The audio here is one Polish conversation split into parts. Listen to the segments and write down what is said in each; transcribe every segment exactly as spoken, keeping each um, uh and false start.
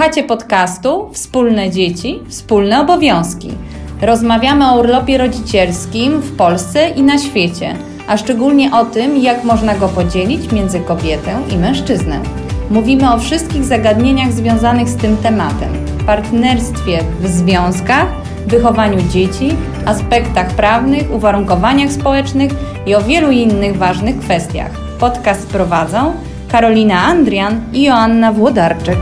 Słuchacie podcastu Wspólne dzieci, wspólne obowiązki. Rozmawiamy o urlopie rodzicielskim w Polsce i na świecie, a szczególnie o tym, jak można go podzielić między kobietę i mężczyznę. Mówimy o wszystkich zagadnieniach związanych z tym tematem, partnerstwie w związkach, wychowaniu dzieci, aspektach prawnych, uwarunkowaniach społecznych i o wielu innych ważnych kwestiach. Podcast prowadzą Karolina Andrian i Joanna Włodarczyk.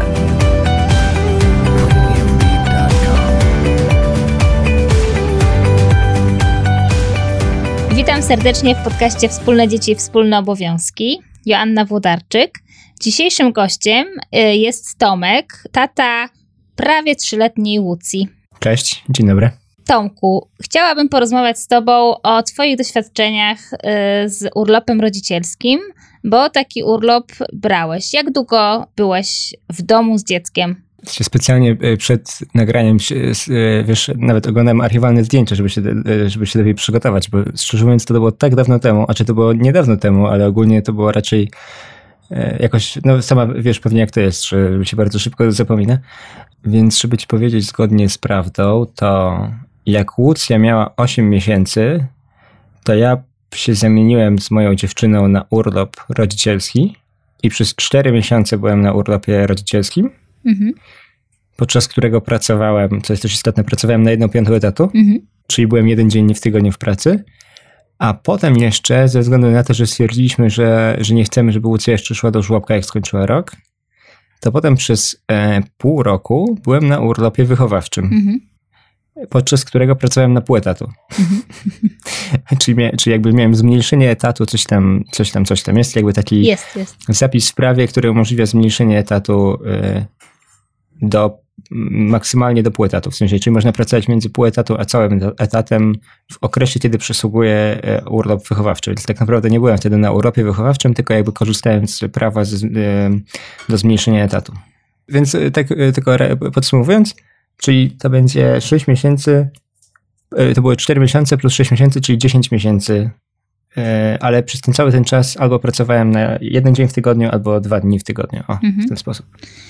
Witam serdecznie w podcaście Wspólne dzieci, wspólne obowiązki. Joanna Włodarczyk. Dzisiejszym gościem jest Tomek, tata prawie trzyletniej Łucji. Cześć, dzień dobry. Tomku, chciałabym porozmawiać z Tobą o Twoich doświadczeniach z urlopem rodzicielskim, bo taki urlop brałeś. Jak długo byłeś w domu z dzieckiem? Specjalnie przed nagraniem, wiesz, nawet oglądałem archiwalne zdjęcia, żeby się, żeby się lepiej przygotować, bo szczerze mówiąc to było tak dawno temu, a czy to było niedawno temu, ale ogólnie to było raczej jakoś, no sama wiesz pewnie jak to jest, że się bardzo szybko zapomina. Więc żeby ci powiedzieć zgodnie z prawdą, to jak Łucja miała osiem miesięcy, to ja się zamieniłem z moją dziewczyną na urlop rodzicielski i przez cztery miesiące byłem na urlopie rodzicielskim, mhm. podczas którego pracowałem, co jest też istotne, pracowałem na jedną piątą etatu, mhm. czyli byłem jeden dzień w tygodniu w pracy, a potem jeszcze ze względu na to, że stwierdziliśmy, że, że nie chcemy, żeby Łucja jeszcze szła do żłobka, jak skończyła rok, to potem przez e, pół roku byłem na urlopie wychowawczym, mhm. podczas którego pracowałem na pół etatu. Mhm. czyli, mia, czyli jakby miałem zmniejszenie etatu, coś tam, coś tam, coś tam. Jest jakby taki jest, jest. zapis w prawie, który umożliwia zmniejszenie etatu y, do maksymalnie do pół etatu. W sensie, czyli można pracować między pół etatu a całym etatem w okresie, kiedy przysługuje urlop wychowawczy. Więc tak naprawdę nie byłem wtedy na urlopie wychowawczym, tylko jakby korzystałem z prawa z, y, do zmniejszenia etatu. Więc tak tylko podsumowując, czyli to będzie sześć miesięcy, to były cztery miesiące plus sześć miesięcy, czyli dziesięć miesięcy, ale przez ten cały ten czas albo pracowałem na jeden dzień w tygodniu, albo dwa dni w tygodniu. O, mhm. w ten sposób.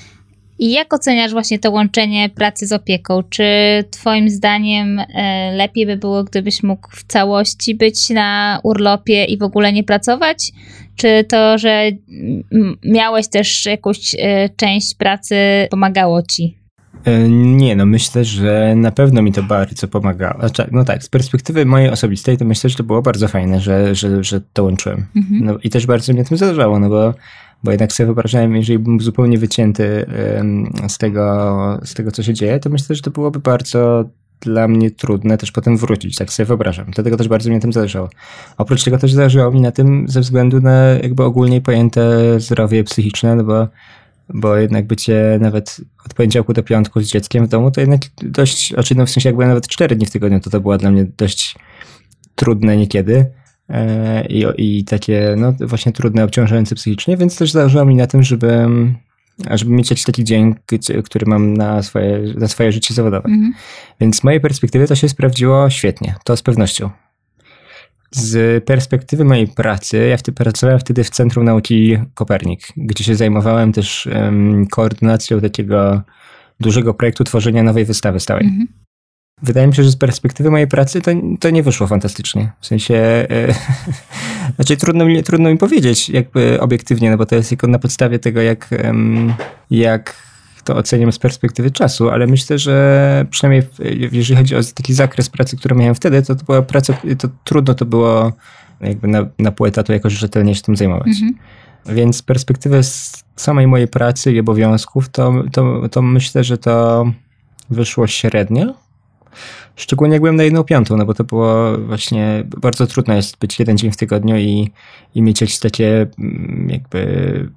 I jak oceniasz właśnie to łączenie pracy z opieką? Czy twoim zdaniem lepiej by było, gdybyś mógł w całości być na urlopie i w ogóle nie pracować? Czy to, że miałeś też jakąś część pracy pomagało ci? Nie, no myślę, że na pewno mi to bardzo pomagało. No tak, z perspektywy mojej osobistej to myślę, że to było bardzo fajne, że, że, że to łączyłem. Mhm. No i też bardzo mnie tym zależało, no bo, bo jednak sobie wyobrażałem, jeżeli bym zupełnie wycięty z tego, z tego, co się dzieje, to myślę, że to byłoby bardzo dla mnie trudne też potem wrócić, tak sobie wyobrażam. Dlatego też bardzo mnie tym zależało. Oprócz tego też zależało mi na tym ze względu na jakby ogólnie pojęte zdrowie psychiczne, no bo bo jednak bycie nawet od poniedziałku do piątku z dzieckiem w domu, to jednak dość, znaczy no w sensie jak byłem nawet cztery dni w tygodniu, to to było dla mnie dość trudne niekiedy e, i, i takie no właśnie trudne, obciążające psychicznie, więc też zależało mi na tym, żeby, żeby mieć jakiś taki dzień, który mam na swoje, na swoje życie zawodowe. Mhm. Więc z mojej perspektywy to się sprawdziło świetnie, to z pewnością. Z perspektywy mojej pracy, ja wtedy pracowałem wtedy w Centrum Nauki Kopernik, gdzie się zajmowałem też um, koordynacją takiego dużego projektu tworzenia nowej wystawy stałej. Mm-hmm. Wydaje mi się, że z perspektywy mojej pracy to, to nie wyszło fantastycznie. W sensie, e, znaczy trudno mi, trudno mi powiedzieć jakby obiektywnie, no bo to jest tylko na podstawie tego, jak, um, jak to oceniam z perspektywy czasu, ale myślę, że przynajmniej jeżeli chodzi o taki zakres pracy, który miałem wtedy, to, to była praca, to trudno to było jakby na, na pół etatu jakoś rzetelnie się tym zajmować. Mhm. Więc z perspektywy samej mojej pracy i obowiązków, to, to, to myślę, że to wyszło średnio. Szczególnie jak byłem na jedną piątą, no bo to było właśnie, bardzo trudno jest być jeden dzień w tygodniu i, i mieć jakieś takie jakby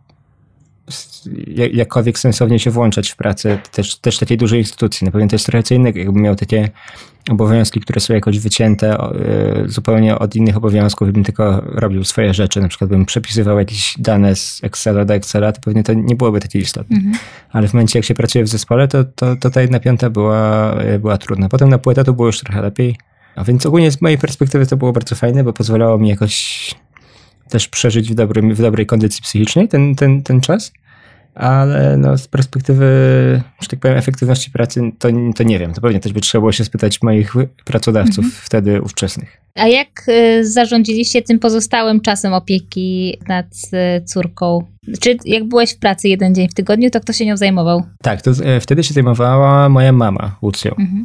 jakkolwiek sensownie się włączać w pracę też, też takiej dużej instytucji. No pewnie to jest trochę co innego, jakbym miał takie obowiązki, które są jakoś wycięte y, zupełnie od innych obowiązków i bym tylko robił swoje rzeczy, na przykład bym przepisywał jakieś dane z Excela do Excela, to pewnie to nie byłoby takie istotne. Mhm. Ale w momencie, jak się pracuje w zespole, to, to, to ta jedna piąta była, była trudna. Potem na pół etatu było już trochę lepiej. A więc ogólnie z mojej perspektywy to było bardzo fajne, bo pozwalało mi jakoś też przeżyć w, dobrym, w dobrej kondycji psychicznej ten, ten, ten czas. ale no z perspektywy, że tak powiem, efektywności pracy, to, to nie wiem. To pewnie też by trzeba było się spytać moich pracodawców mhm. wtedy ówczesnych. A jak y, zarządziliście tym pozostałym czasem opieki nad y, córką? Czy jak byłeś w pracy jeden dzień w tygodniu, to kto się nią zajmował? Tak, to y, wtedy się zajmowała moja mama Łucją. Mhm.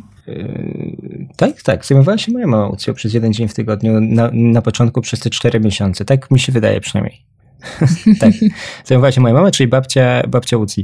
Y, tak, tak, zajmowała się moja mama Łucją przez jeden dzień w tygodniu, na, na początku przez te cztery miesiące. Tak mi się wydaje przynajmniej. Tak, zajmowała się moja mama, czyli babcia, babcia Łucji.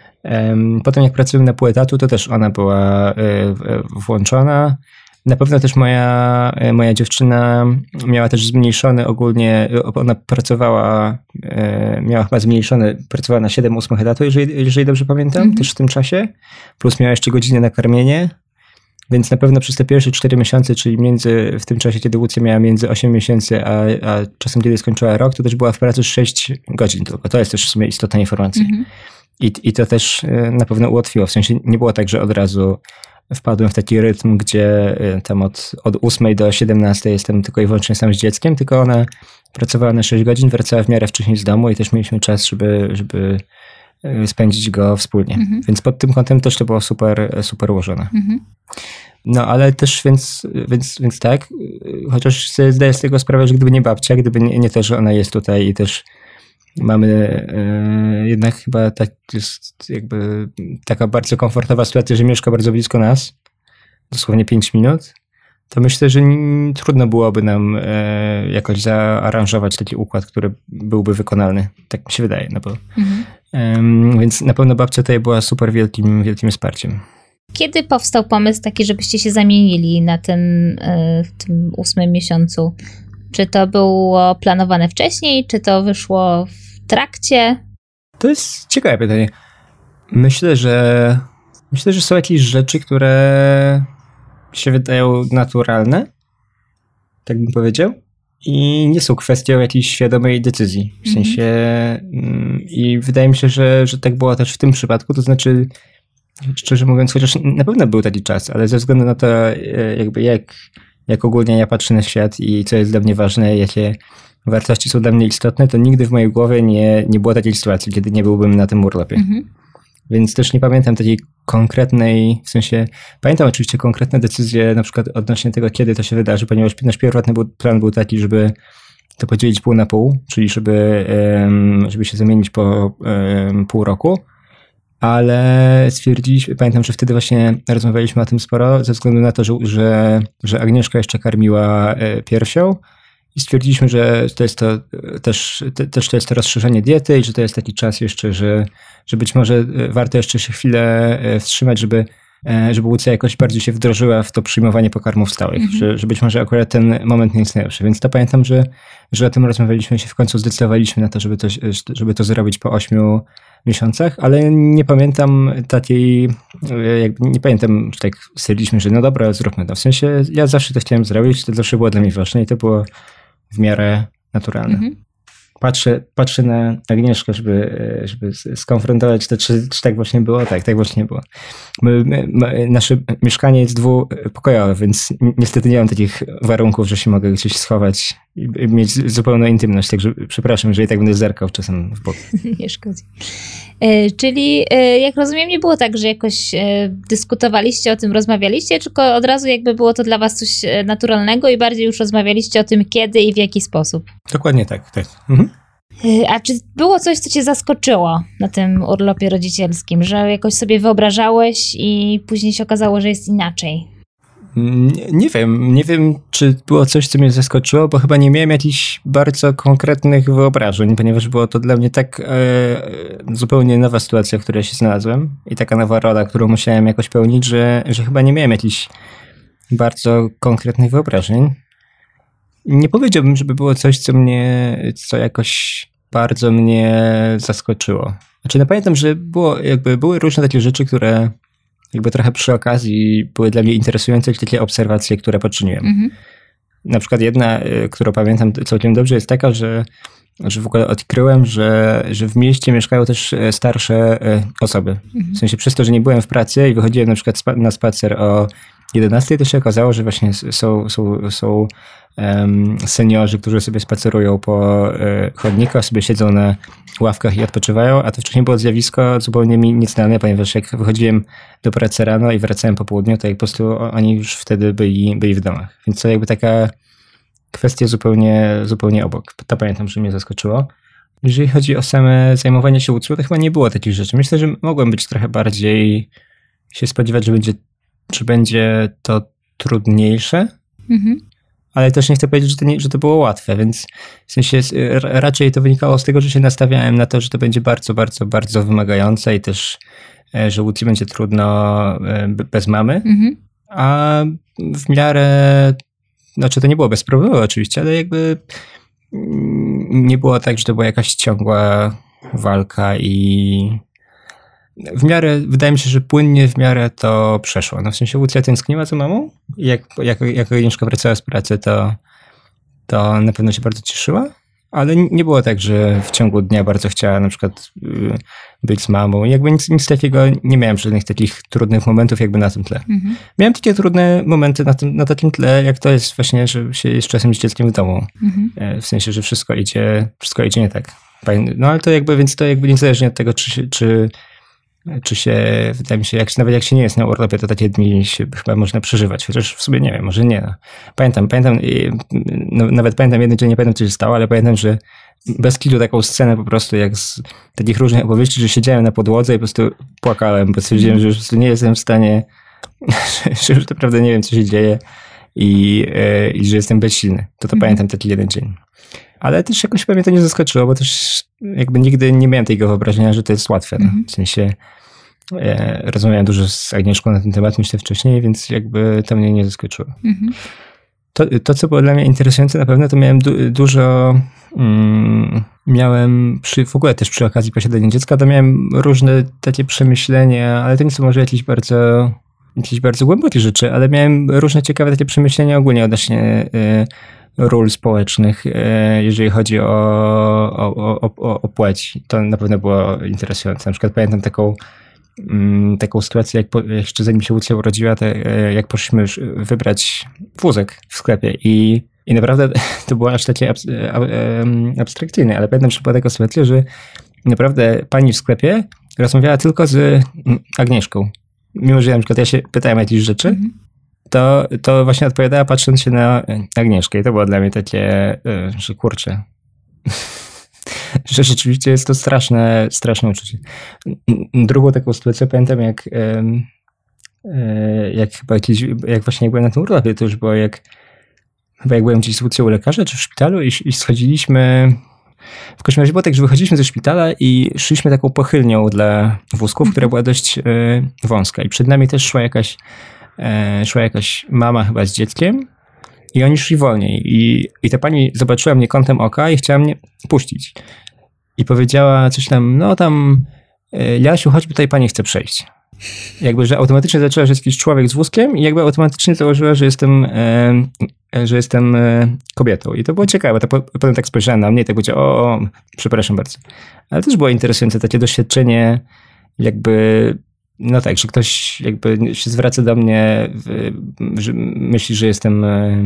Um, potem jak pracowałem na pół etatu, to też ona była y, y, włączona. Na pewno też moja, moja dziewczyna miała też zmniejszony ogólnie, ona pracowała, miała chyba zmniejszony, pracowała na siedem ósmych etatu, jeżeli, jeżeli dobrze pamiętam, mm-hmm. też w tym czasie, plus miała jeszcze godzinę na karmienie, więc na pewno przez te pierwsze cztery miesiące, czyli między, w tym czasie, kiedy Łucja miała między osiem miesięcy, a, a czasem, kiedy skończyła rok, to też była w pracy sześć godzin tylko. To jest też w sumie istotna informacja. Mm-hmm. I, I to też na pewno ułatwiło, w sensie nie było tak, że od razu wpadłem w taki rytm, gdzie tam od, od ósmej do siedemnastej jestem tylko i wyłącznie sam z dzieckiem, tylko ona pracowała na sześć godzin, wracała w miarę wcześniej z domu i też mieliśmy czas, żeby, żeby spędzić go wspólnie. Mhm. Więc pod tym kątem też to było super, super ułożone. Mhm. No ale też, więc, więc, więc tak, chociaż sobie zdaję z tego sprawę, że gdyby nie babcia, gdyby nie, nie to, że ona jest tutaj i też mamy e, jednak chyba tak jest jakby taka bardzo komfortowa sytuacja, że mieszka bardzo blisko nas, dosłownie pięć minut, to myślę, że nie, trudno byłoby nam e, jakoś zaaranżować taki układ, który byłby wykonalny. Tak mi się wydaje. No bo, mhm. e, więc na pewno babcia tutaj była super wielkim, wielkim wsparciem. Kiedy powstał pomysł taki, żebyście się zamienili na ten, e, w tym ósmym miesiącu? Czy to było planowane wcześniej, czy to wyszło w trakcie? To jest ciekawe pytanie. Myślę, że myślę, że są jakieś rzeczy, które się wydają naturalne, tak bym powiedział, i nie są kwestią jakiejś świadomej decyzji. W sensie mm, i wydaje mi się, że, że tak było też w tym przypadku, to znaczy szczerze mówiąc, chociaż na pewno był taki czas, ale ze względu na to jakby jak jak ogólnie ja patrzę na świat i co jest dla mnie ważne, jakie wartości są dla mnie istotne, to nigdy w mojej głowie nie, nie było takiej sytuacji, kiedy nie byłbym na tym urlopie. Mhm. Więc też nie pamiętam takiej konkretnej, w sensie pamiętam oczywiście konkretne decyzje na przykład odnośnie tego, kiedy to się wydarzy, ponieważ nasz pierwotny był, plan był taki, żeby to podzielić pół na pół, czyli żeby, żeby się zamienić po pół roku. Ale stwierdziliśmy, pamiętam, że wtedy właśnie rozmawialiśmy o tym sporo, ze względu na to, że, że, że Agnieszka jeszcze karmiła piersią i stwierdziliśmy, że to jest to też, te, też to jest to rozszerzenie diety i że to jest taki czas jeszcze, że, że być może warto jeszcze się chwilę wstrzymać, żeby, żeby Łucja jakoś bardziej się wdrożyła w to przyjmowanie pokarmów stałych, mhm. że, że być może akurat ten moment nie jest najlepszy. Więc to pamiętam, że, że o tym rozmawialiśmy i się w końcu zdecydowaliśmy na to, żeby to, żeby to zrobić po ośmiu miesiącach, ale nie pamiętam takiej, jakby nie pamiętam, że tak stwierdziliśmy, że no dobra, zróbmy to. W sensie ja zawsze to chciałem zrobić, to zawsze było dla mnie ważne i to było w miarę naturalne. Mhm. Patrzę, patrzę na Agnieszkę, żeby, żeby skonfrontować to, czy, czy tak właśnie było. Tak, tak właśnie było. My, my, my, nasze mieszkanie jest dwupokojowe, więc niestety nie mam takich warunków, że się mogę gdzieś schować i mieć zupełną intymność, także przepraszam, że i tak będę zerkał czasem w bok. Nie szkodzi. E, czyli e, jak rozumiem, nie było tak, że jakoś e, dyskutowaliście o tym, rozmawialiście, tylko od razu jakby było to dla was coś naturalnego i bardziej już rozmawialiście o tym, kiedy i w jaki sposób. Dokładnie tak, tak. Mhm. A czy było coś, co cię zaskoczyło na tym urlopie rodzicielskim, że jakoś sobie wyobrażałeś i później się okazało, że jest inaczej? Nie, nie wiem, nie wiem, czy było coś, co mnie zaskoczyło, bo chyba nie miałem jakichś bardzo konkretnych wyobrażeń, ponieważ było to dla mnie tak e, zupełnie nowa sytuacja, w której się znalazłem i taka nowa rola, którą musiałem jakoś pełnić, że, że chyba nie miałem jakichś bardzo konkretnych wyobrażeń. Nie powiedziałbym, żeby było coś, co mnie, co jakoś bardzo mnie zaskoczyło. Znaczy, no pamiętam, że było, jakby były różne takie rzeczy, które jakby trochę przy okazji były dla mnie interesujące, takie obserwacje, które poczyniłem. Mhm. Na przykład jedna, którą pamiętam całkiem dobrze, jest taka, że, że w ogóle odkryłem, że, że w mieście mieszkają też starsze osoby. Mhm. W sensie przez to, że nie byłem w pracy i wychodziłem na przykład na spacer o jedenastej to się okazało, że właśnie są, są, są um, seniorzy, którzy sobie spacerują po e, chodnikach, sobie siedzą na ławkach i odpoczywają, a to wcześniej było zjawisko zupełnie mi nieznane, ponieważ jak wychodziłem do pracy rano i wracałem po południu, to jak po prostu oni już wtedy byli, byli w domach. Więc to jakby taka kwestia zupełnie, zupełnie obok. To pamiętam, że mnie zaskoczyło. Jeżeli chodzi o same zajmowanie się łódzką, to chyba nie było takich rzeczy. Myślę, że mogłem być trochę bardziej się spodziewać, że będzie, że będzie to trudniejsze, mhm. ale też nie chcę powiedzieć, że to, nie, że to było łatwe, więc w sensie raczej to wynikało z tego, że się nastawiałem na to, że to będzie bardzo, bardzo, bardzo wymagające i też, że Łódź będzie trudno bez mamy, mhm. a w miarę, znaczy to nie było bez problemu oczywiście, ale jakby nie było tak, że to była jakaś ciągła walka i w miarę, wydaje mi się, że płynnie w miarę to przeszło. No w sensie Łucja tęskniła za mamą i jak, jak, jak Agnieszka wracała z pracy, to, to na pewno się bardzo cieszyła, ale nie było tak, że w ciągu dnia bardzo chciała na przykład być z mamą. Jakby nic, nic takiego, nie miałem żadnych takich trudnych momentów jakby na tym tle. Mhm. Miałem takie trudne momenty na, tym, na takim tle, jak to jest właśnie, że się jest czasem z dzieckiem w domu. Mhm. W sensie, że wszystko idzie, wszystko idzie nie tak. No ale to jakby, więc to jakby niezależnie od tego, czy, czy Czy się, wydaje mi się, jak, nawet jak się nie jest na urlopie, to takie dni się chyba można przeżywać. Chociaż w sumie nie wiem, może nie. No. Pamiętam, pamiętam, no, nawet pamiętam jeden dzień, nie pamiętam co się stało, ale pamiętam, że bez kitu taką scenę po prostu jak z takich różnych opowieści, że siedziałem na podłodze i po prostu płakałem, bo stwierdziłem, że już po prostu nie jestem w stanie, że, że już naprawdę nie wiem, co się dzieje i, yy, i że jestem bezsilny. To to mhm. pamiętam taki jeden dzień. Ale też jakoś mnie to nie zaskoczyło, bo też jakby nigdy nie miałem tego wyobrażenia, że to jest łatwe. No. W sensie e, rozmawiałem dużo z Agnieszką na ten temat, myślę wcześniej, więc jakby to mnie nie zaskoczyło. Mhm. To, to, co było dla mnie interesujące na pewno, to miałem du- dużo, mm, miałem przy, w ogóle też przy okazji posiadania dziecka, to miałem różne takie przemyślenia, ale to nie są może jakieś bardzo, jakieś bardzo głębokie rzeczy, ale miałem różne ciekawe takie przemyślenia ogólnie odnośnie y, ról społecznych, jeżeli chodzi o, o, o, o płeć. To na pewno było interesujące. Na przykład pamiętam taką, taką sytuację, jak, po, jak jeszcze zanim się Łucja urodziła, to jak poszliśmy wybrać wózek w sklepie i, i naprawdę to było aż takie abs, abstrakcyjne, ale pamiętam, że była taka sytuacja, że naprawdę pani w sklepie rozmawiała tylko z Agnieszką. Mimo, że na przykład ja się pytałem o jakieś rzeczy, mm-hmm. to, to właśnie odpowiadała patrząc się na Agnieszkę i to było dla mnie takie, że kurczę, że rzeczywiście jest to straszne, straszne uczucie. Drugą taką sytuację pamiętam, jak, jak chyba jakieś, jak właśnie jak byłem na tym urlopie, to już było jak, chyba jak byłem gdzieś z Łucją u lekarza czy w szpitalu i, i schodziliśmy, w każdym razie było tak, że wychodziliśmy ze szpitala i szliśmy taką pochylnią dla wózków, która była dość wąska i przed nami też szła jakaś szła jakaś mama chyba z dzieckiem i oni szli wolniej i, i ta pani zobaczyła mnie kątem oka i chciała mnie puścić i powiedziała coś tam, no tam Jasiu, chodź, tutaj pani chce przejść. Jakby, że automatycznie zaczęła, że jest jakiś człowiek z wózkiem i jakby automatycznie założyła, że jestem e, że jestem e, kobietą. I to było ciekawe. To po, potem tak spojrzałem na mnie i tak powiedział, o, o, przepraszam bardzo. Ale też było interesujące takie doświadczenie jakby, no tak, że ktoś jakby się zwraca do mnie, że myśli, że jestem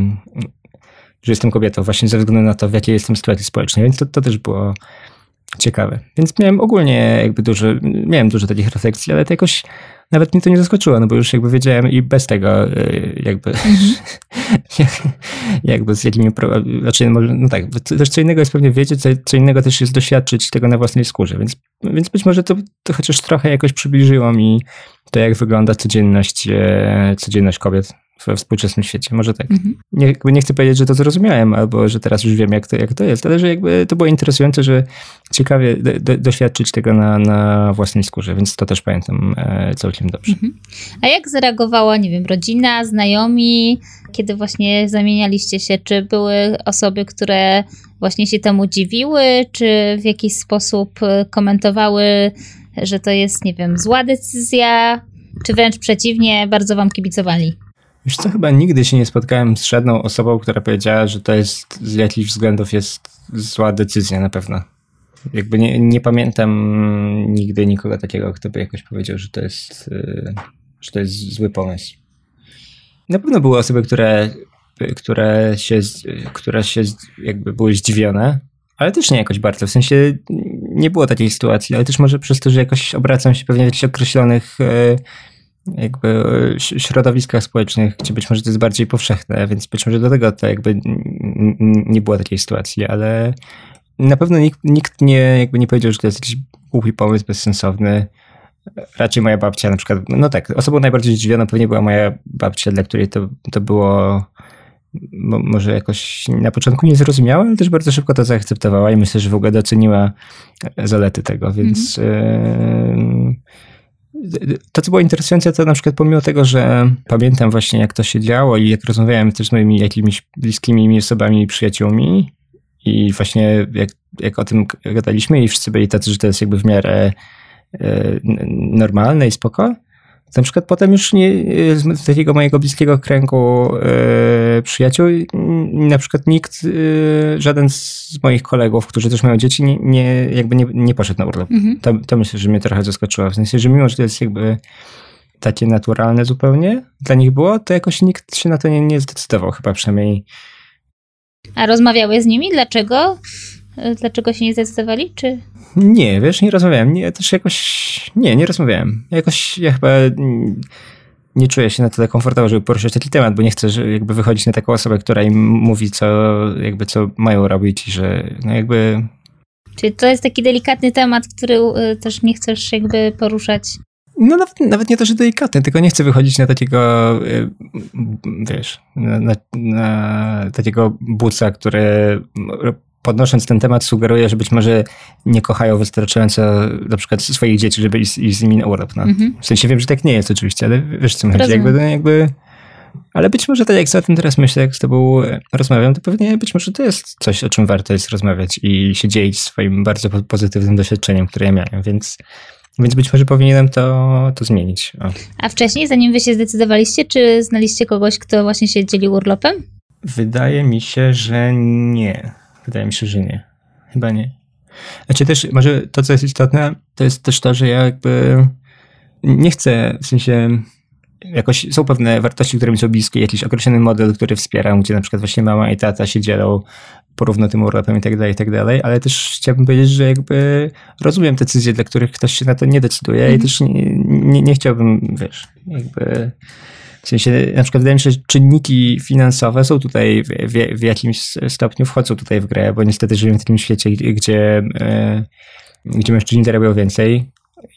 że jestem kobietą właśnie ze względu na to, w jakiej jestem sytuacji społecznej. Więc to, to też było ciekawe. Więc miałem ogólnie jakby dużo, miałem dużo takich refleksji, ale to jakoś nawet mnie to nie zaskoczyło, no bo już jakby wiedziałem i bez tego jakby mm-hmm. jakby z jakimi problemami, znaczy no tak, też co innego jest pewnie wiedzieć, co, co innego też jest doświadczyć tego na własnej skórze, więc, więc być może to, to chociaż trochę jakoś przybliżyło mi to, jak wygląda codzienność, codzienność kobiet we współczesnym świecie. Może tak. Mhm. Nie, nie chcę powiedzieć, że to zrozumiałem, albo że teraz już wiem, jak to, jak to jest, ale że jakby to było interesujące, że ciekawie do, do, doświadczyć tego na, na własnej skórze, więc to też pamiętam e, całkiem dobrze. Mhm. A jak zareagowała, nie wiem, rodzina, znajomi, kiedy właśnie zamienialiście się? Czy były osoby, które właśnie się temu dziwiły, czy w jakiś sposób komentowały, że to jest, nie wiem, zła decyzja, czy wręcz przeciwnie, bardzo wam kibicowali? Wiesz co, chyba nigdy się nie spotkałem z żadną osobą, która powiedziała, że to jest z jakichś względów jest zła decyzja na pewno. Jakby nie, nie pamiętam nigdy nikogo takiego, kto by jakoś powiedział, że to jest, że to jest zły pomysł. Na pewno były osoby, które, które, się, które się jakby były zdziwione, ale też nie jakoś bardzo. W sensie nie było takiej sytuacji, ale też może przez to, że jakoś obracam się pewnie w jakichś określonych jakby środowiskach społecznych, gdzie być może to jest bardziej powszechne, więc być może do tego to jakby nie było takiej sytuacji, ale na pewno nikt, nikt nie, jakby nie powiedział, że to jest jakiś głupi pomysł, bezsensowny. Raczej moja babcia na przykład, no tak, osobą najbardziej zdziwioną pewnie była moja babcia, dla której to, to było może jakoś na początku niezrozumiałe, ale też bardzo szybko to zaakceptowała i myślę, że w ogóle doceniła zalety tego, więc mm. yy, to, co było interesujące, to na przykład pomimo tego, że pamiętam właśnie, jak to się działo i jak rozmawiałem też z moimi jakimiś bliskimi mi osobami i przyjaciółmi i właśnie jak, jak o tym gadaliśmy i wszyscy byli tacy, że to jest jakby w miarę yy, normalne i spoko, na przykład potem już nie, z takiego mojego bliskiego kręgu yy, przyjaciół, na przykład nikt, yy, żaden z moich kolegów, którzy też mają dzieci, nie, nie, jakby nie, nie poszedł na urlop. Mhm. To, to myślę, że mnie trochę zaskoczyło. W sensie, że mimo, że to jest jakby takie naturalne zupełnie dla nich było, to jakoś nikt się na to nie, nie zdecydował, chyba przynajmniej. A rozmawiałeś z nimi? Dlaczego? Dlaczego się nie zdecydowali? Czy... Nie, wiesz, nie rozmawiałem. Nie, też jakoś... Nie, nie rozmawiałem. Jakoś ja chyba nie czuję się na tyle komfortowo, żeby poruszać taki temat, bo nie chcę jakby wychodzić na taką osobę, która im mówi, co jakby co mają robić i że no jakby... Czyli to jest taki delikatny temat, który też nie chcesz jakby poruszać? No nawet, nawet nie to, że delikatny, tylko nie chcę wychodzić na takiego, wiesz, na, na, na takiego buca, który podnosząc ten temat sugeruje, że być może nie kochają wystarczająco na przykład swoich dzieci, żeby iść, iść z nimi na urlop. No. Mm-hmm. W sensie wiem, że tak nie jest oczywiście, ale wiesz co mi chodzi. Jakby, jakby, ale być może tak jak za tym teraz myślę, jak z tobą rozmawiam, to pewnie być może to jest coś, o czym warto jest rozmawiać i się dzielić swoim bardzo pozytywnym doświadczeniem, które ja miałem, więc Więc być może powinienem to, to zmienić. O. A wcześniej, zanim wy się zdecydowaliście, czy znaliście kogoś, kto właśnie się dzielił urlopem? Wydaje mi się, że nie. Wydaje mi się, że nie. Chyba nie. Znaczy też, może to, co jest istotne, to jest też to, że ja jakby nie chcę, w sensie jakoś są pewne wartości, które mi są bliskie, jakiś określony model, który wspieram, gdzie na przykład właśnie mama i tata się dzielą porówno tym urlopem i tak dalej, i tak dalej, ale też chciałbym powiedzieć, że jakby rozumiem decyzje, dla których ktoś się na to nie decyduje mm. i też nie, nie, nie chciałbym, wiesz, jakby w sensie, na przykład wydaje mi się, że czynniki finansowe są tutaj w, w, w jakimś stopniu wchodzą tutaj w grę, bo niestety żyjemy w takim świecie, gdzie, e, gdzie mężczyźni zarabiają więcej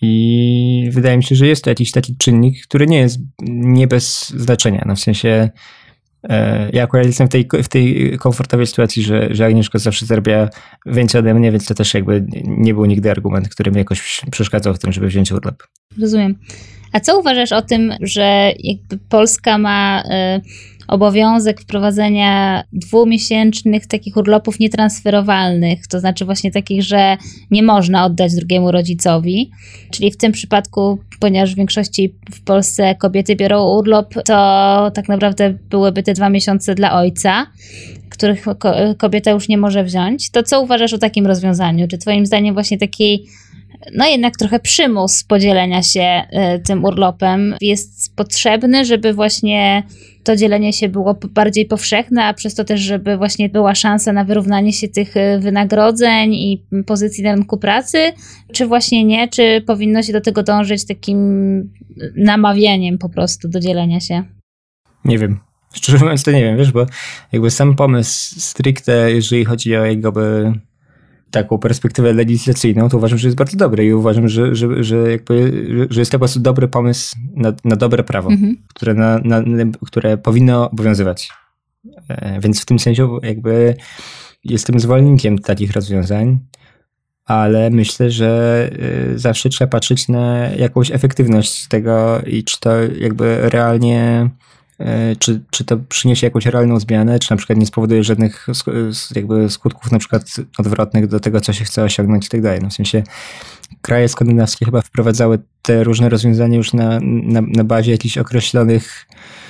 i wydaje mi się, że jest to jakiś taki czynnik, który nie jest nie bez znaczenia, no w sensie ja akurat jestem w tej, w tej komfortowej sytuacji, że, że Agnieszka zawsze zarabia więcej ode mnie, więc to też jakby nie był nigdy argument, który mi jakoś przeszkadzał w tym, żeby wziąć urlop. Rozumiem. A co uważasz o tym, że jakby Polska ma y, obowiązek wprowadzenia dwumiesięcznych takich urlopów nietransferowalnych, to znaczy właśnie takich, że nie można oddać drugiemu rodzicowi, czyli w tym przypadku, ponieważ w większości w Polsce kobiety biorą urlop, to tak naprawdę byłyby te dwa miesiące dla ojca, których ko- kobieta już nie może wziąć. To co uważasz o takim rozwiązaniu? Czy twoim zdaniem właśnie taki no jednak trochę przymus podzielenia się y, tym urlopem jest potrzebny, żeby właśnie to dzielenie się było bardziej powszechne, a przez to też, żeby właśnie była szansa na wyrównanie się tych wynagrodzeń i pozycji na rynku pracy, czy właśnie nie, czy powinno się do tego dążyć takim namawianiem po prostu do dzielenia się? Nie wiem. Szczerze mówiąc to nie wiem, wiesz, bo jakby sam pomysł stricte, jeżeli chodzi o jakby taką perspektywę legislacyjną, to uważam, że jest bardzo dobry i uważam, że, że, że, jakby, że jest to po prostu dobry pomysł na, na dobre prawo, mhm. które, na, na, które powinno obowiązywać. Więc w tym sensie jakby jestem zwolennikiem takich rozwiązań, ale myślę, że zawsze trzeba patrzeć na jakąś efektywność tego i czy to jakby realnie Czy, czy to przyniesie jakąś realną zmianę, czy na przykład nie spowoduje żadnych jakby skutków na przykład odwrotnych do tego, co się chce osiągnąć i tak dalej. No w sensie kraje skandynawskie chyba wprowadzały te różne rozwiązania już na, na, na bazie jakichś określonych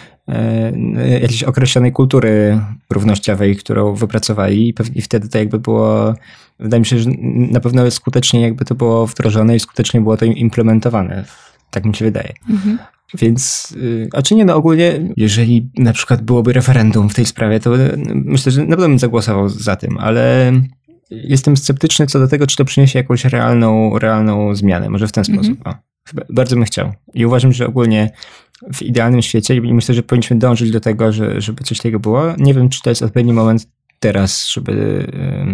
e, jakiejś określonej kultury równościowej, którą wypracowali i pewnie wtedy to jakby było, wydaje mi się, że na pewno skutecznie jakby to było wdrożone i skutecznie było to implementowane. Tak mi się wydaje. Mhm. Więc, yy, a czy nie, no ogólnie, jeżeli na przykład byłoby referendum w tej sprawie, to yy, myślę, że na pewno bym zagłosował za tym, ale jestem sceptyczny co do tego, czy to przyniesie jakąś realną, realną zmianę. Może w ten mm-hmm. sposób. O, chyba bardzo bym chciał. I uważam, że ogólnie w idealnym świecie, i myślę, że powinniśmy dążyć do tego, że, żeby coś takiego było. Nie wiem, czy to jest odpowiedni moment teraz, żeby,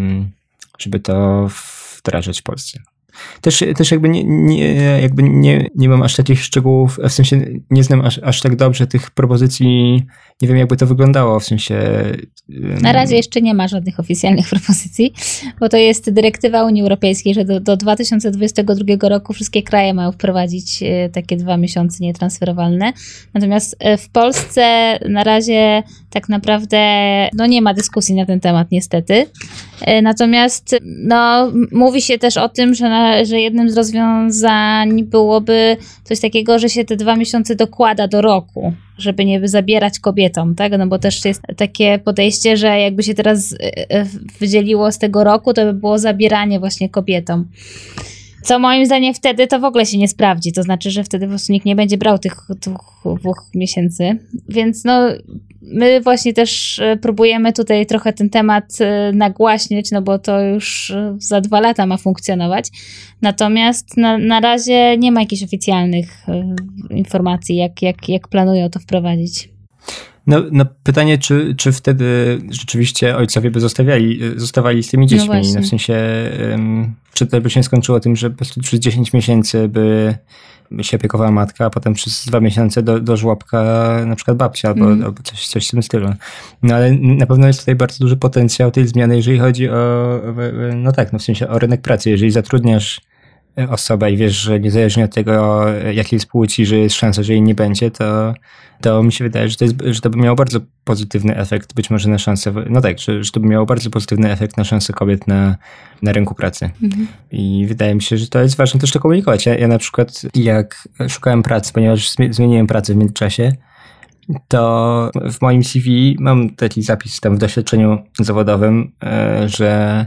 żeby to wdrażać w Polsce. Też, też jakby, nie, nie, jakby nie, nie mam aż takich szczegółów, w sensie nie znam aż, aż tak dobrze tych propozycji, nie wiem jakby to wyglądało, w sensie... Na razie jeszcze nie ma żadnych oficjalnych propozycji, bo to jest dyrektywa Unii Europejskiej, że do, do dwa tysiące dwudziestego drugiego roku wszystkie kraje mają wprowadzić takie dwa miesiące nietransferowalne. Natomiast w Polsce na razie tak naprawdę no nie ma dyskusji na ten temat niestety. Natomiast no, mówi się też o tym, że, na, że jednym z rozwiązań byłoby coś takiego, że się te dwa miesiące dokłada do roku, żeby nie zabierać kobietom, tak? No bo też jest takie podejście, że jakby się teraz wydzieliło z tego roku, to by było zabieranie właśnie kobietom. Co moim zdaniem wtedy to w ogóle się nie sprawdzi. To znaczy, że wtedy po prostu nikt nie będzie brał tych dwóch, dwóch miesięcy. Więc no, my właśnie też próbujemy tutaj trochę ten temat nagłaśniać, no bo to już za dwa lata ma funkcjonować. Natomiast na, na razie nie ma jakichś oficjalnych informacji, jak, jak, jak planują to wprowadzić. No, no pytanie, czy, czy wtedy rzeczywiście ojcowie by zostawiali, zostawali z tymi dziećmi? No, no w sensie, um, czy to by się skończyło tym, że po prostu przez dziesięć miesięcy by się opiekowała matka, a potem przez dwa miesiące do, do żłobka na przykład babcia albo, mm. albo coś, coś w tym stylu. No ale na pewno jest tutaj bardzo duży potencjał tej zmiany, jeżeli chodzi o, no tak, no w sensie o rynek pracy. Jeżeli zatrudniasz osobę i wiesz, że niezależnie od tego, jakiej jest płci, że jest szansa, że jej nie będzie, to, to mi się wydaje, że to, jest, że to by miało bardzo pozytywny efekt, być może na szansę, no tak, że, że to by miało bardzo pozytywny efekt na szansę kobiet na, na rynku pracy. Mhm. I wydaje mi się, że to jest ważne też to komunikować. Ja, ja na przykład jak szukałem pracy, ponieważ zmieniłem pracę w międzyczasie, to w moim C V mam taki zapis tam w doświadczeniu zawodowym, że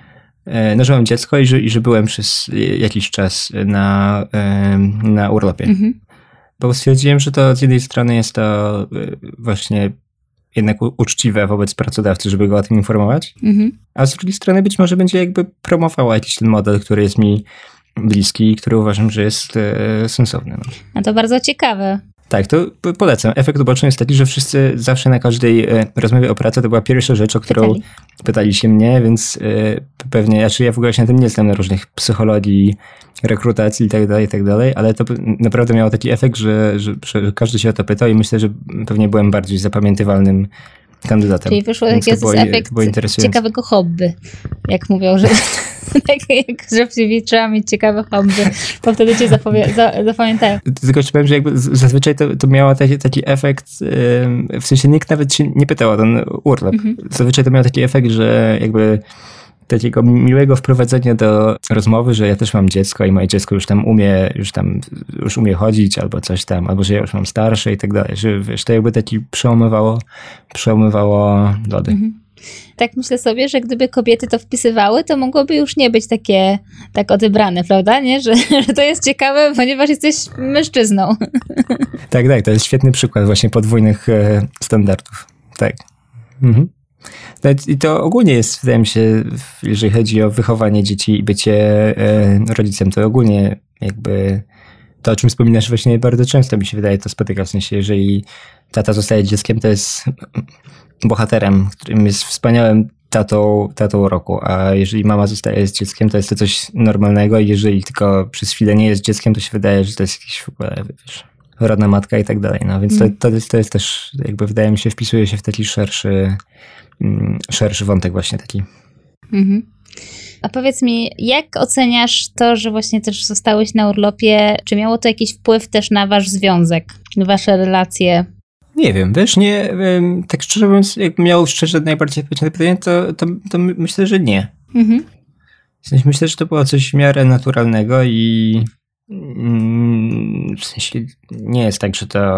no, że mam dziecko i że, i że byłem przez jakiś czas na, na urlopie. Mhm. Bo stwierdziłem, że to z jednej strony jest to właśnie jednak uczciwe wobec pracodawcy, żeby go o tym informować, mhm. a z drugiej strony być może będzie jakby promował jakiś ten model, który jest mi bliski i który uważam, że jest sensowny. No. A to bardzo ciekawe. Tak, to polecam. Efekt uboczny jest taki, że wszyscy zawsze na każdej rozmowie o pracy to była pierwsza rzecz, o którą pytali, pytali się mnie, więc pewnie, ja, czy ja w ogóle się na tym nie znam, na różnych psychologii, rekrutacji i tak dalej, i tak dalej, ale to naprawdę miało taki efekt, że, że, że każdy się o to pytał i myślę, że pewnie byłem bardziej zapamiętywalnym kandydatem. Czyli wyszło taki efekt ciekawego hobby, jak mówią, że tak jak że w C V trzeba mieć ciekawe hobby, bo wtedy cię zapowie- za- zapamiętają. Tylko ci powiem, że jakby zazwyczaj to, to miało taki, taki efekt, w sensie nikt nawet się nie pytał o ten urlop. Mhm. Zazwyczaj to miało taki efekt, że jakby takiego miłego wprowadzenia do rozmowy, że ja też mam dziecko i moje dziecko już tam umie, już tam już umie chodzić albo coś tam, albo że ja już mam starsze i tak dalej, że wiesz, to jakby taki przełamywało, przełamywało lody. Mhm. Tak myślę sobie, że gdyby kobiety to wpisywały, to mogłoby już nie być takie tak odebrane, prawda? Nie? Że, że to jest ciekawe, ponieważ jesteś mężczyzną. Tak, tak, to jest świetny przykład właśnie podwójnych e, standardów. Tak. Mhm. I to ogólnie jest, wydaje mi się, jeżeli chodzi o wychowanie dzieci i bycie e, rodzicem, to ogólnie jakby to, o czym wspominasz właśnie bardzo często mi się wydaje, to spotyka. W sensie, jeżeli tata zostaje dzieckiem, to jest bohaterem, którym jest wspaniałym tatą, tatą roku, a jeżeli mama zostaje z dzieckiem, to jest to coś normalnego i jeżeli tylko przez chwilę nie jest dzieckiem, to się wydaje, że to jest jakiś w ogóle, wiesz, rodna matka i tak dalej. No więc to, to, jest, to jest też, jakby wydaje mi się, wpisuje się w taki szerszy szerszy wątek właśnie taki. Mhm. A powiedz mi, jak oceniasz to, że właśnie też zostałeś na urlopie? Czy miało to jakiś wpływ też na wasz związek, na wasze relacje? Nie wiem, wiesz, nie, tak szczerze mówiąc, jakbym miał szczerze najbardziej odpowiedzieć na to pytanie, to, to, to myślę, że nie. Mhm. W sensie myślę, że to było coś w miarę naturalnego i w sensie nie jest tak, że to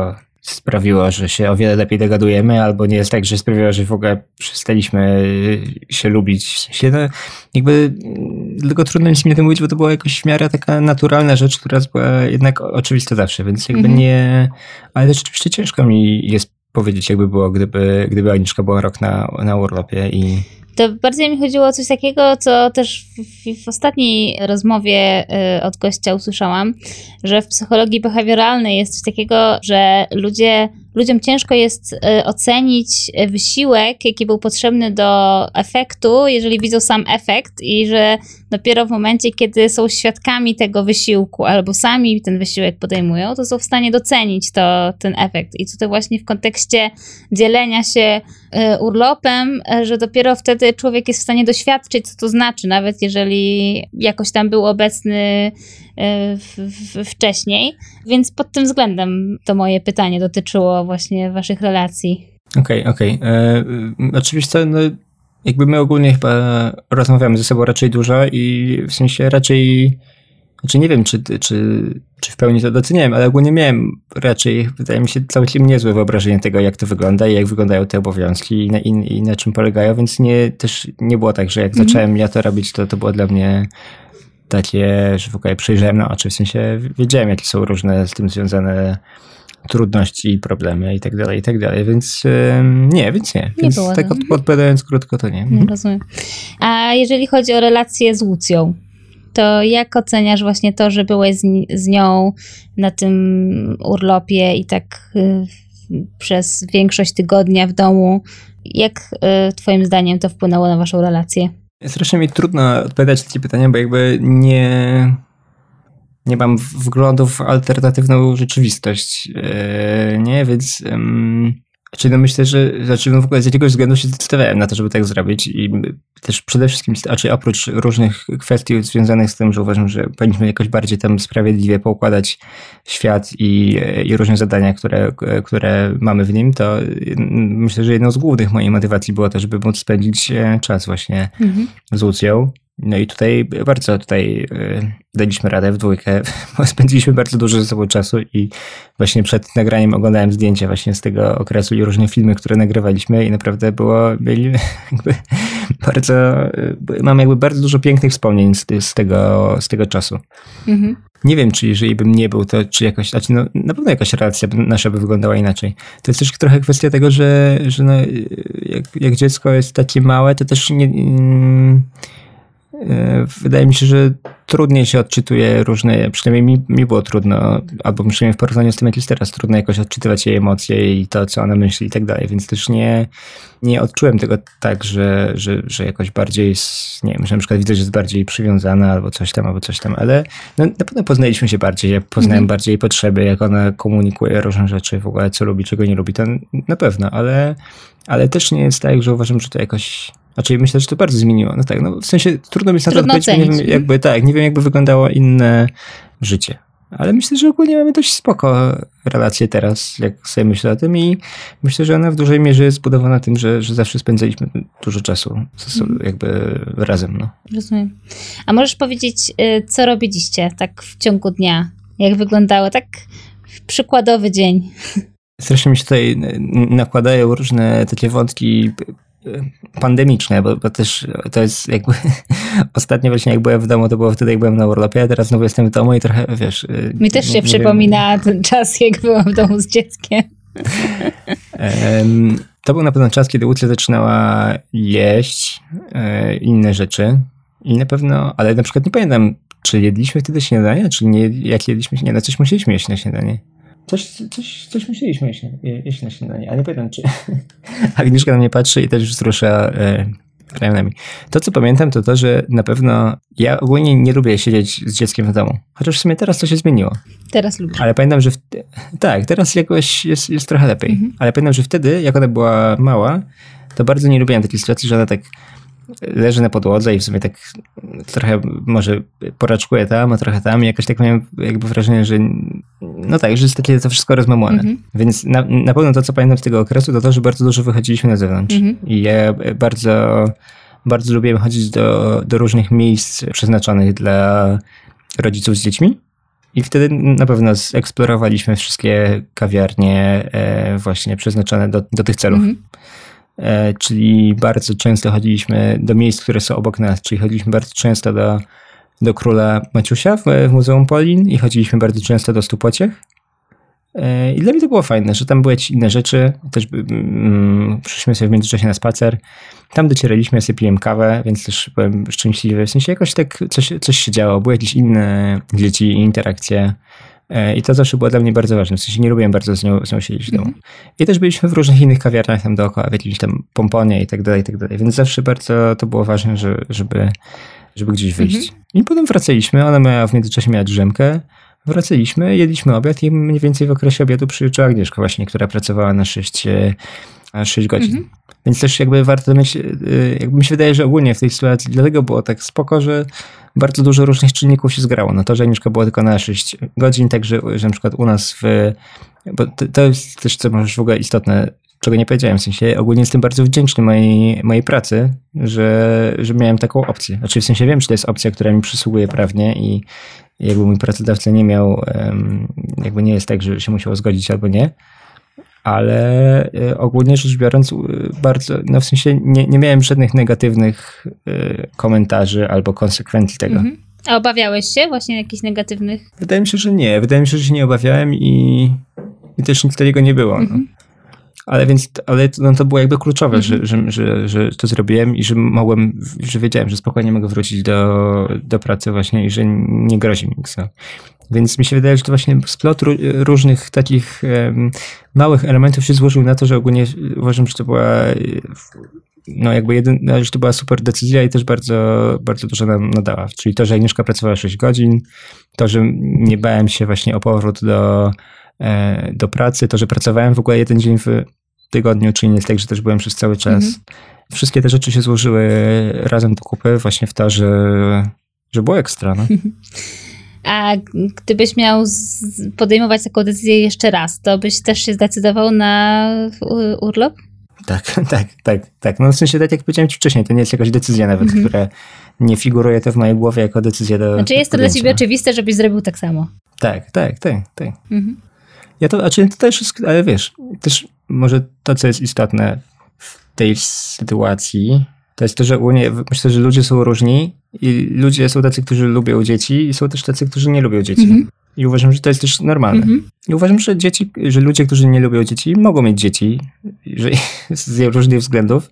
sprawiło, że się o wiele lepiej dogadujemy, albo nie jest tak, że sprawiło, że w ogóle przestaliśmy się lubić. No, jakby tylko trudno mi o tym mówić, bo to była jakoś w miarę taka naturalna rzecz, która była jednak oczywista zawsze, więc jakby mm-hmm. nie... Ale też oczywiście ciężko mi jest powiedzieć, jakby było, gdyby, gdyby Agnieszka była rok na, na urlopie i... To bardziej mi chodziło o coś takiego, co też w, w ostatniej rozmowie y, od gościa usłyszałam, że w psychologii behawioralnej jest coś takiego, że ludzie, ludziom ciężko jest y, ocenić wysiłek, jaki był potrzebny do efektu, jeżeli widzą sam efekt i że dopiero w momencie, kiedy są świadkami tego wysiłku albo sami ten wysiłek podejmują, to są w stanie docenić to, ten efekt. I tutaj właśnie w kontekście dzielenia się y, urlopem, y, że dopiero wtedy człowiek jest w stanie doświadczyć, co to znaczy, nawet jeżeli jakoś tam był obecny w, w, wcześniej. Więc pod tym względem to moje pytanie dotyczyło właśnie waszych relacji. Okej, okay, okej. Okay. Oczywiście no, jakby my ogólnie chyba rozmawiamy ze sobą raczej dużo i w sensie raczej Znaczy nie wiem, czy, czy, czy w pełni to doceniałem, ale ogólnie miałem raczej, wydaje mi się, całkiem niezłe wyobrażenie tego, jak to wygląda i jak wyglądają te obowiązki i na, i, i na czym polegają, więc nie, też nie było tak, że jak mm. zacząłem ja to robić, to to było dla mnie takie, że w ogóle przejrzałem na oczy, w sensie wiedziałem, jakie są różne z tym związane trudności i problemy i tak dalej, i tak dalej, więc yy, nie, więc nie. nie więc było, tak od, odpowiadając krótko, to nie. Nie rozumiem. A jeżeli chodzi o relację z Łucją, to jak oceniasz właśnie to, że byłeś z, z nią na tym urlopie i tak y, przez większość tygodnia w domu? Jak y, twoim zdaniem to wpłynęło na waszą relację? Strasznie mi trudno odpowiadać na takie pytania, bo jakby nie, nie mam wglądu w alternatywną rzeczywistość, yy, nie, więc... Yy, Czyli no myślę, że znaczy no w ogóle z jakiegoś względu się zdecydowałem na to, żeby tak zrobić i też przede wszystkim, znaczy oprócz różnych kwestii związanych z tym, że uważam, że powinniśmy jakoś bardziej tam sprawiedliwie poukładać świat i, i różne zadania, które, które mamy w nim, to myślę, że jedną z głównych mojej motywacji było to, żeby móc spędzić czas właśnie mhm. z Łucją. No i tutaj bardzo tutaj daliśmy radę w dwójkę, bo spędziliśmy bardzo dużo ze sobą czasu i właśnie przed nagraniem oglądałem zdjęcia właśnie z tego okresu i różne filmy, które nagrywaliśmy i naprawdę było, byli jakby bardzo, mam jakby bardzo dużo pięknych wspomnień z, z, tego, z tego czasu. Mhm. Nie wiem, czy jeżeli bym nie był, to czy jakoś, znaczy no, na pewno jakaś relacja nasza by wyglądała inaczej. To jest też trochę kwestia tego, że, że no, jak, jak dziecko jest takie małe, to też nie... Mm, wydaje mi się, że trudniej się odczytuje różne, przynajmniej mi, mi było trudno, albo przynajmniej w porównaniu z tym, jak jest teraz, trudno jakoś odczytywać jej emocje i to, co ona myśli i tak dalej, więc też nie, nie odczułem tego tak, że, że, że jakoś bardziej, nie wiem, że na przykład widzę, że jest bardziej przywiązana albo coś tam, albo coś tam, ale no, na pewno poznaliśmy się bardziej, ja poznałem mm-hmm. bardziej jej potrzeby, jak ona komunikuje różne rzeczy, w ogóle co lubi, czego nie lubi, to na pewno, ale, ale też nie jest tak, że uważam, że to jakoś... Znaczy myślę, że to bardzo zmieniło. No tak, no w sensie trudno mi na to odpowiedzieć, nie wiem, jakby, tak, nie wiem jakby wyglądało inne życie. Ale myślę, że ogólnie mamy dość spoko relacje teraz, jak sobie myślę o tym i myślę, że ona w dużej mierze jest zbudowana tym, że, że zawsze spędzaliśmy dużo czasu jakby razem. No. Rozumiem. A możesz powiedzieć, co robiliście tak w ciągu dnia? Jak wyglądało tak przykładowy dzień? Strasznie mi się tutaj nakładają różne takie wątki pandemiczne, bo, bo też to jest jakby ostatnio właśnie jak byłem w domu, to było wtedy jak byłem na urlopie, a teraz znowu jestem w domu i trochę, wiesz... Mi też się nie, nie przypomina wiem. ten czas, jak byłam w domu z dzieckiem. To był na pewno czas, kiedy Łucja zaczynała jeść e, inne rzeczy i na pewno, ale na przykład nie pamiętam, czy jedliśmy wtedy śniadanie, czy nie, jak jedliśmy śniadanie, no coś musieliśmy jeść na śniadanie. Coś, coś, coś musieliśmy jeść, jeść na śniadanie, ale nie pamiętam, czy Agnieszka na mnie patrzy i też wzrusza e, ramionami. To, co pamiętam, to to, że na pewno ja ogólnie nie lubię siedzieć z dzieckiem w domu. Chociaż w sumie teraz to się zmieniło. Teraz lubię. Ale pamiętam, że... W, tak, teraz jakoś jest, jest trochę lepiej. Mhm. Ale pamiętam, że wtedy, jak ona była mała, to bardzo nie lubiłem takiej sytuacji, że ona tak leży na podłodze i w sumie tak trochę może poraczkuje tam, a trochę tam i jakoś tak miałem jakby wrażenie, że no tak, że jest takie to wszystko rozmamłane. Mm-hmm. Więc na, na pewno to, co pamiętam z tego okresu, to to, że bardzo dużo wychodziliśmy na zewnątrz. Mm-hmm. I ja bardzo, bardzo lubiłem chodzić do, do różnych miejsc przeznaczonych dla rodziców z dziećmi. I wtedy na pewno zeksplorowaliśmy wszystkie kawiarnie e, właśnie przeznaczone do, do tych celów. Mhm. E, czyli bardzo często chodziliśmy do miejsc, które są obok nas, czyli chodziliśmy bardzo często do, do Króla Maciusia w, w Muzeum Polin i chodziliśmy bardzo często do Stu Pociech. I dla mnie to było fajne, że tam były jakieś inne rzeczy. Też mm, przyszliśmy sobie w międzyczasie na spacer. Tam docieraliśmy, ja sobie piłem kawę, więc też byłem szczęśliwy. W sensie jakoś tak coś, coś się działo. Były jakieś inne dzieci i interakcje. I to zawsze było dla mnie bardzo ważne. W sensie nie lubiłem bardzo z nią, z nią siedzieć w domu. Mm. I też byliśmy w różnych innych kawiarniach tam dookoła, w jakimś tam Pomponie i tak dalej, i tak dalej. Więc zawsze bardzo to było ważne, że, żeby, żeby gdzieś wyjść. Mm-hmm. I potem wracaliśmy. Ona miała w międzyczasie miała drzemkę. Wracaliśmy, jedliśmy obiad i mniej więcej w okresie obiadu przyjeżdżała Agnieszka właśnie, która pracowała na sześć, na sześć godzin. Mm-hmm. Więc też jakby warto mieć, jakby mi się wydaje, że ogólnie w tej sytuacji dlatego było tak spoko, że bardzo dużo różnych czynników się zgrało. No to, że Agnieszka była tylko na sześć godzin, także że na przykład u nas w, bo to, to jest też co może w ogóle istotne, czego nie powiedziałem, w sensie ogólnie jestem bardzo wdzięczny mojej, mojej pracy, że, że miałem taką opcję. Znaczy w sensie wiem, że to jest opcja, która mi przysługuje prawnie i jakby mój pracodawca nie miał, jakby nie jest tak, że się musiał zgodzić albo nie, ale ogólnie rzecz biorąc bardzo, no w sensie nie, nie miałem żadnych negatywnych komentarzy albo konsekwencji tego. Mhm. A obawiałeś się właśnie jakichś negatywnych? Wydaje mi się, że nie. Wydaje mi się, że się nie obawiałem i, i też nic takiego nie było. Mhm. No. Ale więc, ale no to było jakby kluczowe, mm-hmm. że, że, że, że to zrobiłem i że mogłem, że wiedziałem, że spokojnie mogę wrócić do, do pracy właśnie i że nie grozi mi nic. No. Więc mi się wydaje, że to właśnie splot różnych takich um, małych elementów się złożył na to, że ogólnie uważam, że to była no jakby jeden, że to była super decyzja i też bardzo, bardzo dużo nam nadała. Czyli to, że Agnieszka pracowała sześć godzin, to, że nie bałem się właśnie o powrót do do pracy, to, że pracowałem w ogóle jeden dzień w tygodniu, czyli nie jest tak, że też byłem przez cały czas. Mhm. Wszystkie te rzeczy się złożyły razem do kupy właśnie w to, że, że było ekstra. No. A gdybyś miał podejmować taką decyzję jeszcze raz, to byś też się zdecydował na urlop? Tak, tak, tak, tak. No w sensie tak jak powiedziałem ci wcześniej, to nie jest jakaś decyzja nawet, mhm. która nie figuruje to w mojej głowie jako decyzja do Znaczy jest to dla ciebie oczywiste, żebyś zrobił tak samo. Tak, tak, tak, tak. Mhm. Ja to, znaczy to też jest, ale wiesz, też może to, co jest istotne w tej sytuacji, to jest to, że Unie, myślę, że ludzie są różni i ludzie są tacy, którzy lubią dzieci i są też tacy, którzy nie lubią dzieci. Mm-hmm. I uważam, że to jest też normalne. Mm-hmm. I uważam, że dzieci, że ludzie, którzy nie lubią dzieci, mogą mieć dzieci że, z różnych względów,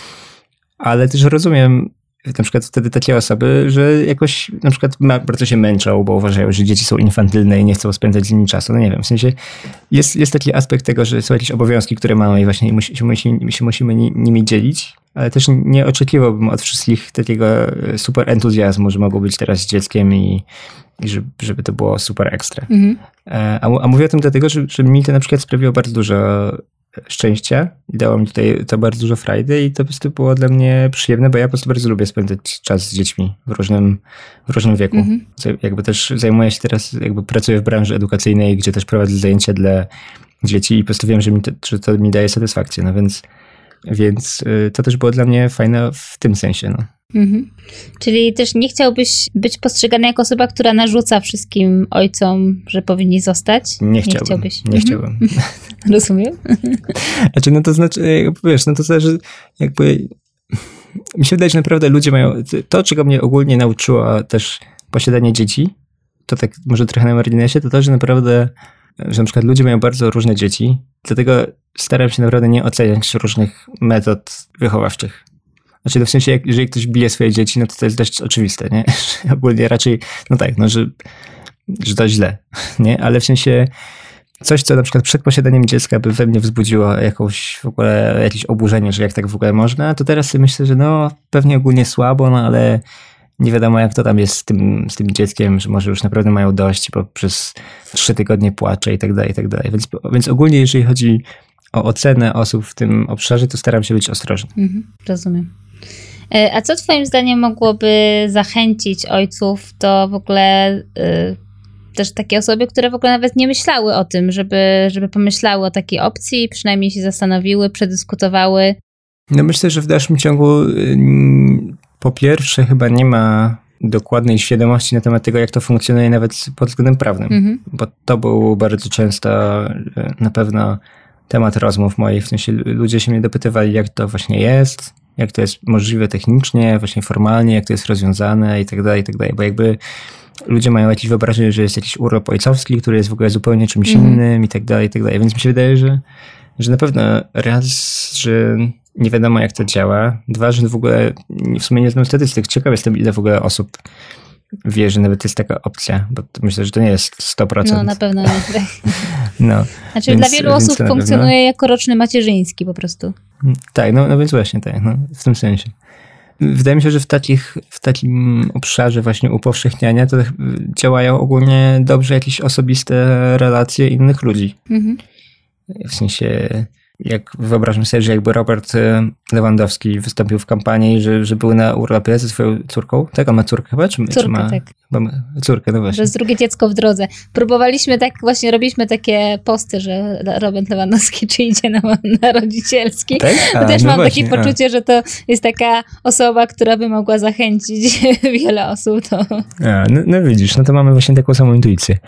ale też rozumiem na przykład wtedy takie osoby, że jakoś na przykład bardzo się męczą, bo uważają, że dzieci są infantylne i nie chcą spędzać z nimi czasu. No nie wiem, w sensie jest, jest taki aspekt tego, że są jakieś obowiązki, które mamy i właśnie musi, się, musi, się musimy nimi dzielić, ale też nie oczekiwałbym od wszystkich takiego super entuzjazmu, że mogą być teraz z dzieckiem i, i żeby, żeby to było super ekstra. Mhm. A, a mówię o tym dlatego, że, że mi to na przykład sprawiło bardzo dużo szczęścia i dało mi tutaj to bardzo dużo frajdy i to po prostu było dla mnie przyjemne, bo ja po prostu bardzo lubię spędzać czas z dziećmi w różnym, w różnym wieku. Mm-hmm. Jakby też zajmuję się teraz, jakby pracuję w branży edukacyjnej, gdzie też prowadzę zajęcia dla dzieci i po prostu wiem, że, mi to, że to mi daje satysfakcję, no więc, więc to też było dla mnie fajne w tym sensie, no. Mhm. Czyli też nie chciałbyś być postrzegany jako osoba, która narzuca wszystkim ojcom, że powinni zostać? Nie chciałbym. Nie, chciałbyś. nie chciałbym. Rozumiem. Znaczy, no to znaczy, wiesz, no to zależy jakby, mi się wydaje, że naprawdę ludzie mają, to czego mnie ogólnie nauczyło też posiadanie dzieci, to tak może trochę na marginesie, to to, że naprawdę, że na przykład ludzie mają bardzo różne dzieci, dlatego staram się naprawdę nie oceniać różnych metod wychowawczych. Znaczy, to w sensie, jak, jeżeli ktoś bije swoje dzieci, no to to jest dość oczywiste, nie? Ogólnie raczej, no tak, no, że, że to źle, nie? Ale w sensie coś, co na przykład przed posiadaniem dziecka by we mnie wzbudziło jakąś w ogóle jakieś oburzenie, że jak tak w ogóle można, to teraz sobie myślę, że no pewnie ogólnie słabo, no ale nie wiadomo jak to tam jest z tym, z tym dzieckiem, że może już naprawdę mają dość, bo przez trzy tygodnie płacze i tak dalej, i tak dalej. Więc, więc ogólnie jeżeli chodzi o ocenę osób w tym obszarze, to staram się być ostrożny. Mhm, rozumiem. A co twoim zdaniem mogłoby zachęcić ojców do w ogóle y, też takie osoby, które w ogóle nawet nie myślały o tym, żeby, żeby pomyślały o takiej opcji, przynajmniej się zastanowiły, przedyskutowały? No myślę, że w dalszym ciągu y, po pierwsze chyba nie ma dokładnej świadomości na temat tego, jak to funkcjonuje nawet pod względem prawnym. Mhm. Bo to był bardzo często na pewno temat rozmów moich, w sensie ludzie się mnie dopytywali, jak to właśnie jest, jak to jest możliwe technicznie, właśnie formalnie, jak to jest rozwiązane i tak dalej, i tak dalej, bo jakby ludzie mają jakieś wyobrażenie, że jest jakiś urlop ojcowski, który jest w ogóle zupełnie czymś mm. innym i tak dalej, i tak dalej, więc mi się wydaje, że, że na pewno raz, że nie wiadomo jak to działa, dwa, że w ogóle w sumie nie znam statystyk, ciekaw jestem ile w ogóle osób wie, że nawet jest taka opcja, bo myślę, że to nie jest sto procent. No na pewno nie. No, znaczy więc, dla wielu osób funkcjonuje pewno jako roczny macierzyński po prostu. Tak, no, no więc właśnie tak, no, w tym sensie. Wydaje mi się, że w, takich, w takim obszarze właśnie upowszechniania to działają ogólnie dobrze jakieś osobiste relacje innych ludzi. Mhm. W sensie, jak wyobrażam sobie, że jakby Robert Lewandowski wystąpił w kampanii, że, że był na urlopie ze swoją córką. Tak? On ma córkę chyba? Czy, córkę, czy ma, tak. Chyba ma córkę, no właśnie. Że jest drugie dziecko w drodze. Próbowaliśmy tak, właśnie robiliśmy takie posty, że Robert Lewandowski czy idzie na, na rodzicielski. Tak? A, też no mam właśnie, takie poczucie, a. że to jest taka osoba, która by mogła zachęcić wiele osób. To... A, no, no widzisz, no to mamy właśnie taką samą intuicję.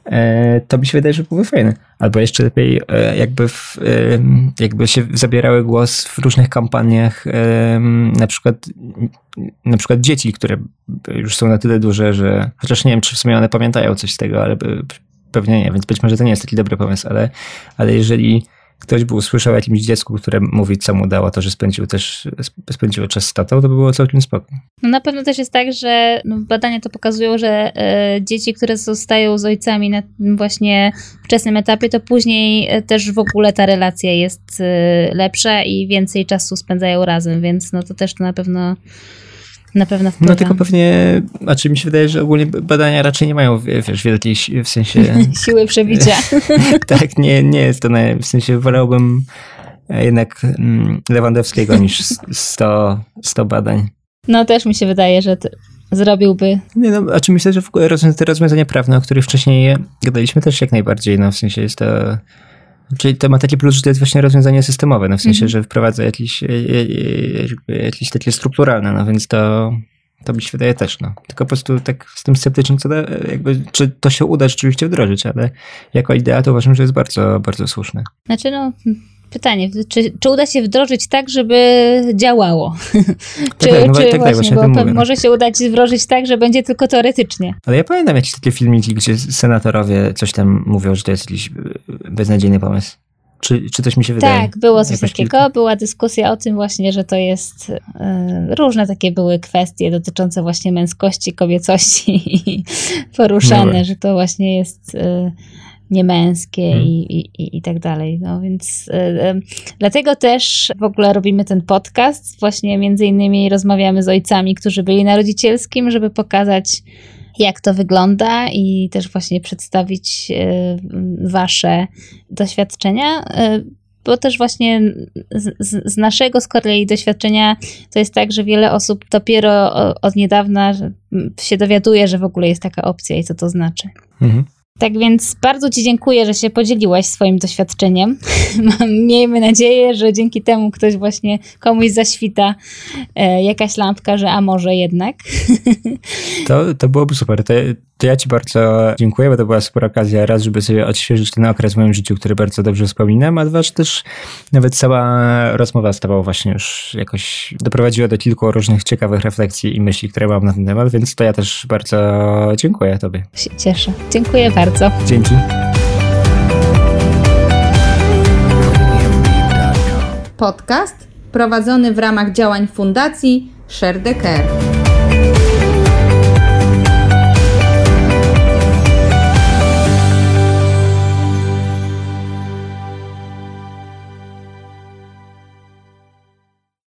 E, to mi się wydaje, że były fajne. Albo jeszcze lepiej, e, jakby, w, e, jakby się zabierały głos w różnych kampaniach, e, na przykład na przykład dzieci, które już są na tyle duże, że chociaż nie wiem, czy w sumie one pamiętają coś z tego, ale pewnie nie, więc być może to nie jest taki dobry pomysł, ale, ale jeżeli ktoś by usłyszał o jakimś dziecku, które mówi, co mu dało to, że spędził też spędziło czas z tatą, to by było całkiem spoko. No na pewno też jest tak, że no badania to pokazują, że y, dzieci, które zostają z ojcami na właśnie wczesnym etapie, to później też w ogóle ta relacja jest y, lepsza i więcej czasu spędzają razem, więc no to też to na pewno na pewno wpływa. No tylko pewnie, znaczy mi się wydaje, że ogólnie badania raczej nie mają, wiesz, wielkiej w sensie... siły przebicia. Tak, nie, nie jest to, na, w sensie wolałbym jednak Lewandowskiego niż sto, sto badań. No też mi się wydaje, że zrobiłby... Nie no, a czy myślę, że w ogóle te rozwiązania prawne, o których wcześniej gadaliśmy też jak najbardziej, no w sensie jest to... Czyli to ma taki plus, że to jest właśnie rozwiązanie systemowe, no w sensie, mm-hmm. że wprowadza jakieś, jakieś takie strukturalne, no więc to, to mi się wydaje też, no. Tylko po prostu tak z tym sceptycznym, co da, jakby, czy to się uda rzeczywiście wdrożyć, ale jako idea to uważam, że jest bardzo, bardzo słuszne. Znaczy no... Pytanie, czy, czy uda się wdrożyć tak, żeby działało? czy tak, no, czy tak, właśnie, tak, bo może się udać wdrożyć tak, że będzie tylko teoretycznie. Ale ja pamiętam jakieś takie filmiki, gdzie senatorowie coś tam mówią, że to jest jakiś beznadziejny pomysł. Czy, czy coś mi się wydaje? Tak, było coś takiego. Kilka? Była dyskusja o tym właśnie, że to jest... Y, różne takie były kwestie dotyczące właśnie męskości, kobiecości poruszane, no że to właśnie jest... Y, niemęskie hmm. i, i, i tak dalej. No więc y, y, dlatego też w ogóle robimy ten podcast. Właśnie między innymi rozmawiamy z ojcami, którzy byli na rodzicielskim, żeby pokazać, jak to wygląda i też właśnie przedstawić y, wasze doświadczenia. Y, bo też właśnie z, z, z naszego z kolei doświadczenia to jest tak, że wiele osób dopiero od niedawna się dowiaduje, że w ogóle jest taka opcja i co to znaczy. Mhm. Tak więc bardzo ci dziękuję, że się podzieliłaś swoim doświadczeniem. Miejmy nadzieję, że dzięki temu ktoś właśnie komuś zaświta e, jakaś lampka, że a może jednak. To, to byłoby super. To, to ja ci bardzo dziękuję, bo to była super okazja. Raz, żeby sobie odświeżyć ten okres w moim życiu, który bardzo dobrze wspominam, a dwa, że też nawet cała rozmowa z tobą właśnie już jakoś doprowadziła do kilku różnych ciekawych refleksji i myśli, które mam na ten temat, więc to ja też bardzo dziękuję tobie. Się cieszę. Dziękuję bardzo. Dzięki. Podcast prowadzony w ramach działań Fundacji Share the Care.